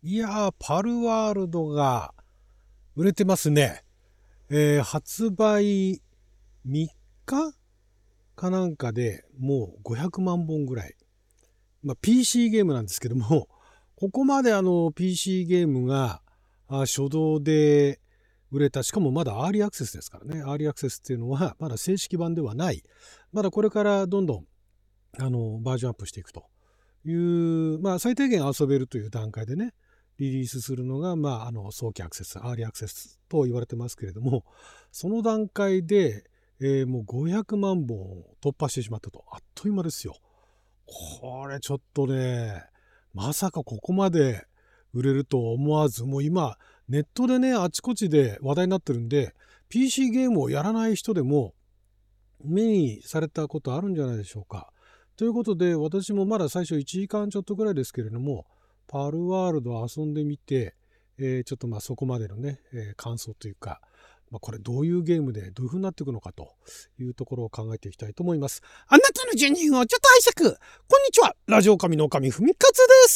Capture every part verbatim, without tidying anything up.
いやー、パルワールドが売れてますね。えー発売みっかかなんかでもうごひゃくまんぼんぐらい。まあ、ピーシー ゲームなんですけども、ここまであの ピーシー ゲームがあ初動で売れた、しかもまだアーリーアクセスですからね。アーリーアクセスっていうのはまだ正式版ではない。まだこれからどんどんあのバージョンアップしていくという、まあ、最低限遊べるという段階でね、リリースするのが、まあ、あの早期アクセス、アーリーアクセスと言われてますけれども、その段階で、えーもうごひゃくまんぼんを突破してしまったと。あっという間ですよ。これちょっとね、まさかここまで売れると思わず、もう今、ネットでね、あちこちで話題になってるんで、ピーシー ゲームをやらない人でも目にされたことあるんじゃないでしょうか。ということで、私もまだ最初いちじかんちょっとぐらいですけれども、パルワールド遊んでみて、えーちょっとまあそこまでのね、えー感想というか、まあ、これどういうゲームでどういう風になっていくのかというところを考えていきたいと思います。あなたのじゅうにふんをちょっと拝借。こんにちは。ラジオ神の神ふみかつです。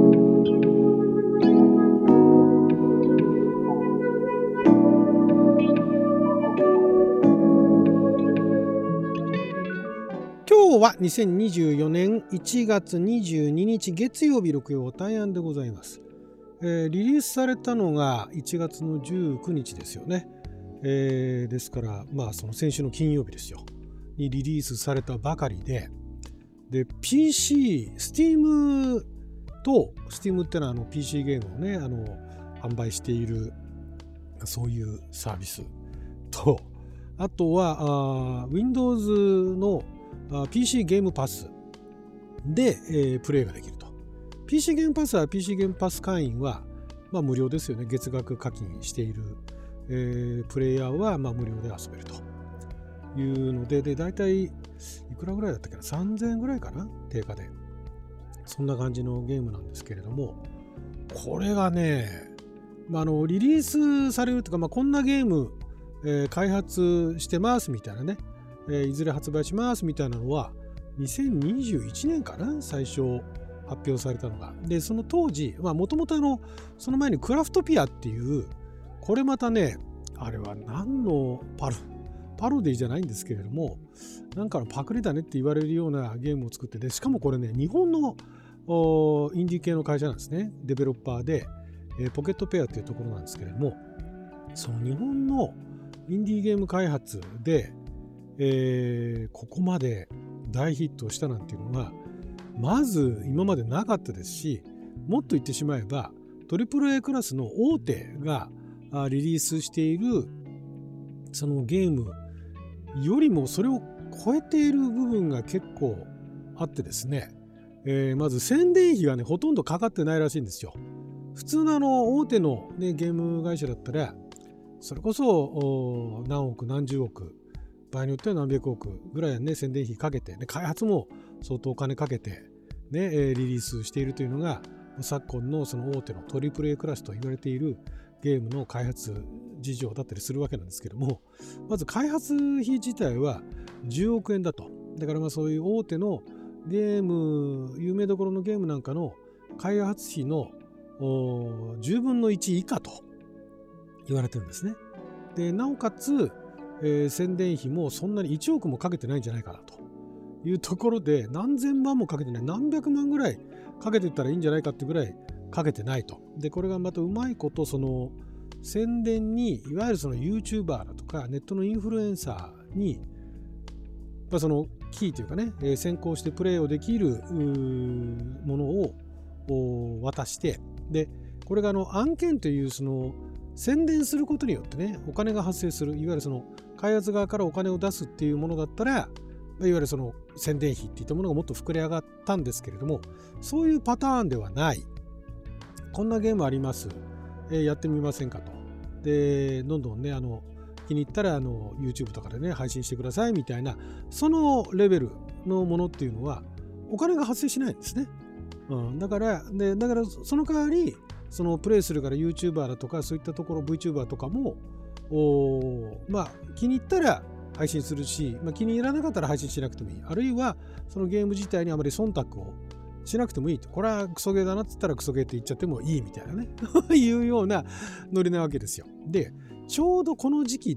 今日はにせんにじゅうよねんいちがつにじゅうににち月曜日録曜大安でございます。えーリリースされたのがいちがつのじゅうくにちですよね。えーですから、まあその先週の金曜日ですよ。にリリースされたばかりで、で、ピーシー、Steam と、Steam ってのはあの ピーシー ゲームをね、あの、販売している、そういうサービスと、あとは、あ Windows のあ ピーシー ゲームパスで、えープレイができると。ピーシー ゲームパスは ピーシー ゲームパス会員は、まあ、無料ですよね。月額課金している、えープレイヤーはまあ無料で遊べるというので、で、大体いくらぐらいだったっけな ?さんぜんえんぐらいかな定価で。そんな感じのゲームなんですけれども、これがね、まあ、あのリリースされるというか、まあ、こんなゲーム、えー開発してますみたいなね、えーいずれ発売しますみたいなのは、にせんにじゅういちねんかな最初発表されたのが。で、その当時、もともとあの、その前にクラフトピアっていう、これまたね、あれは何のパロ、パロディじゃないんですけれども、なんかのパクリだねって言われるようなゲームを作ってて、しかもこれね、日本のおインディー系の会社なんですね。デベロッパーで、えーポケットペアっていうところなんですけれども、その日本のインディーゲーム開発で、えーここまで大ヒットしたなんていうのがまず今までなかったですし、もっと言ってしまえば トリプルエー クラスの大手があリリースしているそのゲームよりもそれを超えている部分が結構あってですね、えーまず宣伝費がねほとんどかかってないらしいんですよ。普通のあの大手の、ね、ゲーム会社だったらそれこそお何億何十億、場合によっては何百億ぐらいはね宣伝費かけて、ね、開発も相当お金かけて、ね、えーリリースしているというのが昨今のその大手の トリプルエー クラスと言われているゲームの開発事情だったりするわけなんですけども、まず開発費自体はじゅうおくえんだと。だからまあそういう大手のゲーム、有名どころのゲームなんかの開発費のおじゅうぶんのいち以下と言われてるんですね。で、なおかつ、えー宣伝費もそんなにいちおくもかけてないんじゃないかなというところで、何千万もかけてない、何百万ぐらいかけていったらいいんじゃないかってぐらいかけてないと。で、これがまたうまいこと、その宣伝に、いわゆるその YouTuber だとか、ネットのインフルエンサーに、まあ、そのキーというかね、えー先行してプレイをできるうーものをお渡して、で、これがあの案件というその宣伝することによってね、お金が発生する、いわゆるその開発側からお金を出すっていうものだったら、いわゆるその宣伝費っていったものがもっと膨れ上がったんですけれども、そういうパターンではない。こんなゲームあります。えーやってみませんかと。で、どんどんね、あの、気に入ったらあの YouTube とかでね、配信してくださいみたいな、そのレベルのものっていうのは、お金が発生しないんですね。うん、だから、で、だからその代わり、そのプレイするから YouTuber だとか、そういったところ VTuber とかも、おまあ、気に入ったら配信するし、まあ、気に入らなかったら配信しなくてもいい。あるいは、そのゲーム自体にあまり忖度をしなくてもいいと。これはクソゲーだなって言ったらクソゲーって言っちゃってもいいみたいなねいうようなノリなわけですよ。で、ちょうどこの時期って、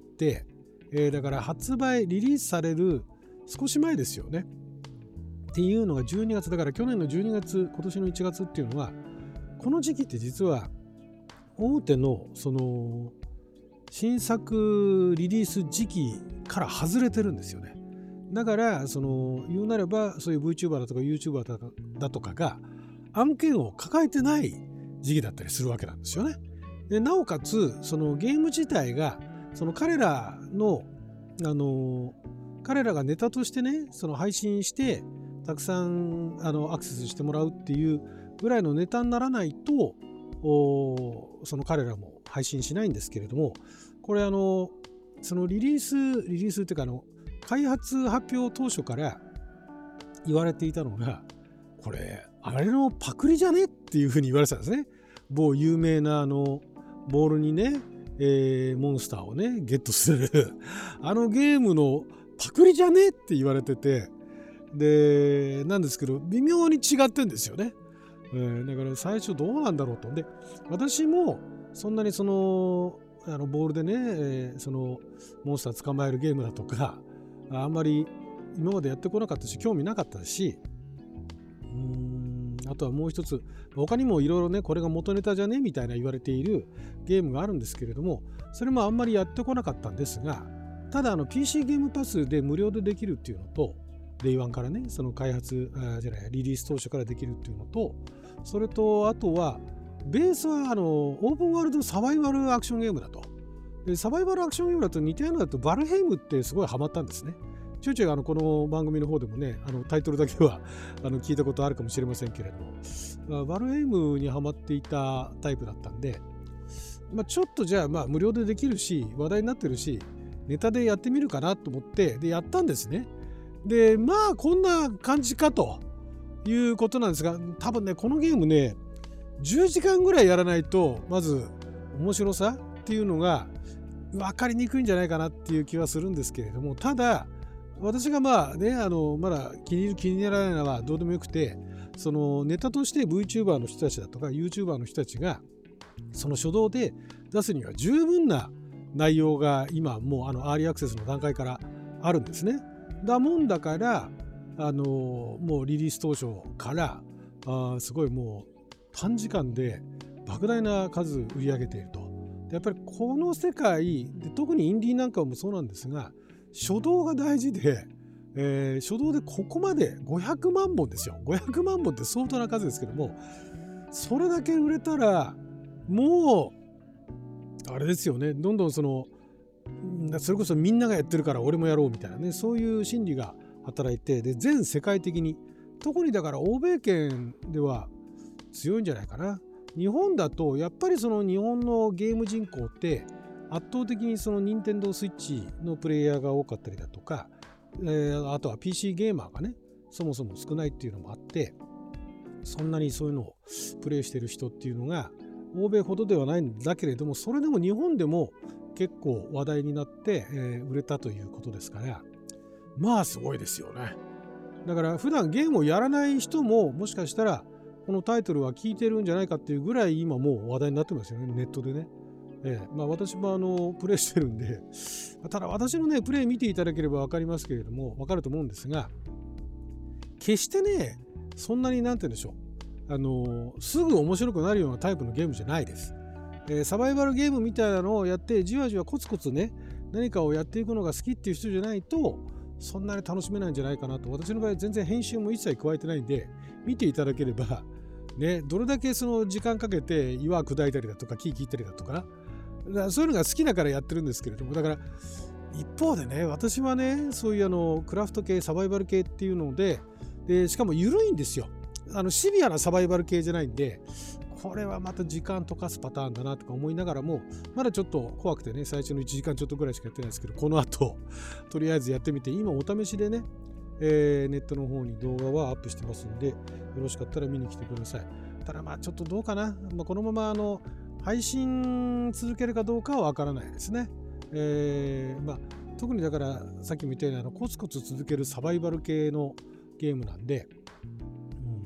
えー、だから発売リリースされる少し前ですよね。っていうのがじゅうにがつだから、去年のじゅうにがつ、今年のいちがつっていうのは、この時期って実は大手のその新作リリース時期から外れてるんですよね。だからその言うなれば、そういう VTuber だとか YouTuber だとかだとかが案件を抱えてない時期だったりするわけなんですよね。でなおかつそのゲーム自体がその彼らのあの彼らがネタとしてね、その配信してたくさんあのアクセスしてもらうっていうぐらいのネタにならないと、その彼らも配信しないんですけれども、これあのそのリリースリリースっていうかあの開発発表当初から言われていたのが、これあれのパクリじゃねっていうふうに言われてたんですね。某有名なあのボールにね、えー、モンスターをねゲットするあのゲームのパクリじゃねって言われてて、でなんですけど微妙に違ってんですよね。えー、だから最初どうなんだろうと。で私もそんなにそのあのボールでね、えー、そのモンスター捕まえるゲームだとかあんまり今までやってこなかったし興味なかったし、うーんあとはもう一つ他にもいろいろね、これが元ネタじゃねみたいな言われているゲームがあるんですけれども、それもあんまりやってこなかったんですが、ただあの ピーシー ゲームパスで無料でできるっていうのと、デイワンからね、その開発あじゃないリリース当初からできるっていうのと、それとあとはベースはあのオープンワールドサバイバルアクションゲームだと。でサバイバルアクションゲームだと似たようなだとバルヘイムってすごいハマったんですね。ちょいちょいあのこの番組の方でもね、あのタイトルだけはあの聞いたことあるかもしれませんけれども、バルヘイムにハマっていたタイプだったんで、まあ、ちょっとじゃあまあ無料でできるし話題になってるしネタでやってみるかなと思ってでやったんですね。でまあこんな感じかということなんですが、多分ねこのゲームねじゅうじかんぐらいやらないとまず面白さっていうのが分かりにくいんじゃないかなっていう気はするんですけれども、ただ私がまあねあのまだ気に入る気にならないのはどうでもよくて、そのネタとして VTuber の人たちだとか YouTuber の人たちがその初動で出すには十分な内容が今もうあのアーリーアクセスの段階からあるんですね。だもんだからあのもうリリース当初からあすごいもう短時間で莫大な数売り上げていると。でやっぱりこの世界で特にインディーなんかもそうなんですが、初動が大事で、えー、初動でここまでごひゃくまんぼんですよ。ごひゃくまんぼんって相当な数ですけども、それだけ売れたらもうあれですよね、どんどんそのそれこそみんながやってるから俺もやろうみたいなね、そういう心理が働いて、で全世界的に特にだから欧米圏では強いんじゃないかな。日本だとやっぱりその日本のゲーム人口って圧倒的にその任天堂スイッチのプレイヤーが多かったりだとか、えー、あとは ピーシー ゲーマーがねそもそも少ないっていうのもあって、そんなにそういうのをプレイしてる人っていうのが欧米ほどではないんだけれども、それでも日本でも結構話題になって、えー、売れたということですから、まあすごいですよね。だから普段ゲームをやらない人ももしかしたらこのタイトルは聞いてるんじゃないかっていうぐらい今もう話題になってますよね、ネットでね。ええ、まあ私もあのプレイしてるんで、ただ私のねプレイ見ていただければ分かりますけれども、分かると思うんですが、決してねそんなになんて言うんでしょう、あのすぐ面白くなるようなタイプのゲームじゃないです。えー、サバイバルゲームみたいなのをやってじわじわコツコツね何かをやっていくのが好きっていう人じゃないとそんなに楽しめないんじゃないかなと。私の場合全然編集も一切加えてないんで、見ていただければね、どれだけその時間かけて岩砕いたりだとか木切ったりだとか、だからそういうのが好きだからやってるんですけれども、だから一方でね私はねそういうあのクラフト系サバイバル系っていうので、でしかも緩いんですよ。あのシビアなサバイバル系じゃないんで、これはまた時間溶かすパターンだなとか思いながらも、まだちょっと怖くてね最初のいちじかんちょっとぐらいしかやってないですけど、この後とりあえずやってみて、今お試しでね、えー、ネットの方に動画はアップしてますんで、よろしかったら見に来てください。ただまあちょっとどうかな、まあ、このままあの配信続けるかどうかはわからないですね。えー、まあ特にだからさっきも言ったようにあのコツコツ続けるサバイバル系のゲームなんで、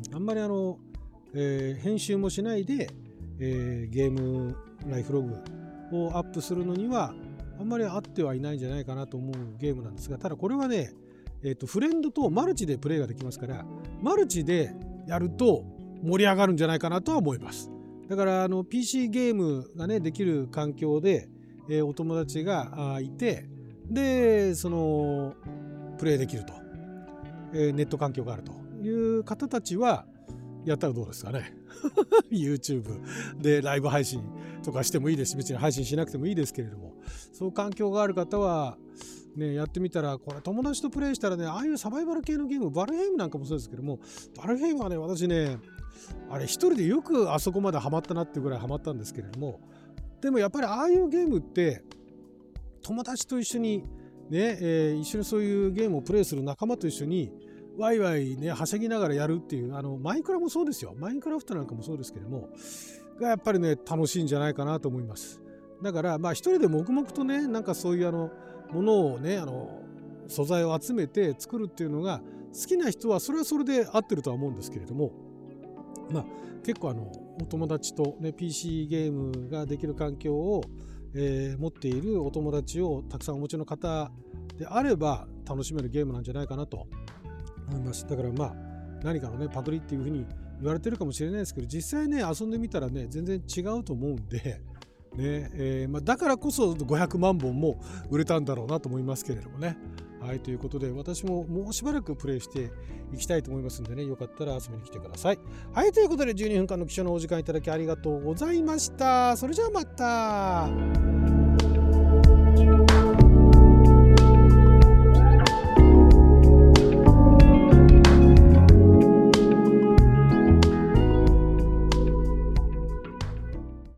あんまりあの、えー編集もしないで、えーゲームライフログをアップするのにはあんまり合ってはいないんじゃないかなと思うゲームなんですが、ただこれはね、えーと、フレンドとマルチでプレイができますから、マルチでやると盛り上がるんじゃないかなとは思います。だからあの ピーシー ゲームがねできる環境で、えーお友達があいて、でそのプレイできると、えーネット環境があるという方たちはやったらどうですかね。YouTube でライブ配信とかしてもいいですし、別に配信しなくてもいいですけれども、そういう環境がある方はね、やってみたら、これ友達とプレイしたらね、ああいうサバイバル系のゲーム、バルヘイムなんかもそうですけども、バルヘイムはね、私ね、あれ一人でよくあそこまでハマったなっていうぐらいハマったんですけれども、でもやっぱりああいうゲームって友達と一緒にね、えー一緒にそういうゲームをプレイする仲間と一緒にワイワイねはしゃぎながらやるっていう、あのマインクラもそうですよ。マインクラフトなんかもそうですけども、がやっぱりね楽しいんじゃないかなと思います。だからまあ一人で黙々とね、なんかそういうあのものをね、あの素材を集めて作るっていうのが好きな人はそれはそれで合ってるとは思うんですけれども、まあ結構あのお友達とね ピーシー ゲームができる環境を、えー持っているお友達をたくさんお持ちの方であれば楽しめるゲームなんじゃないかなと思います。だからまあ何かのねパクリっていうふうに言われてるかもしれないですけど、実際ね遊んでみたらね全然違うと思うんでね、えーまあ、だからこそごひゃくまんぼんも売れたんだろうなと思いますけれどもね。はい、ということで私ももうしばらくプレイしていきたいと思いますんでね、よかったら遊びに来てください。はい、ということでじゅうにふんかんの貴重なお時間いただきありがとうございました。それじゃあまた。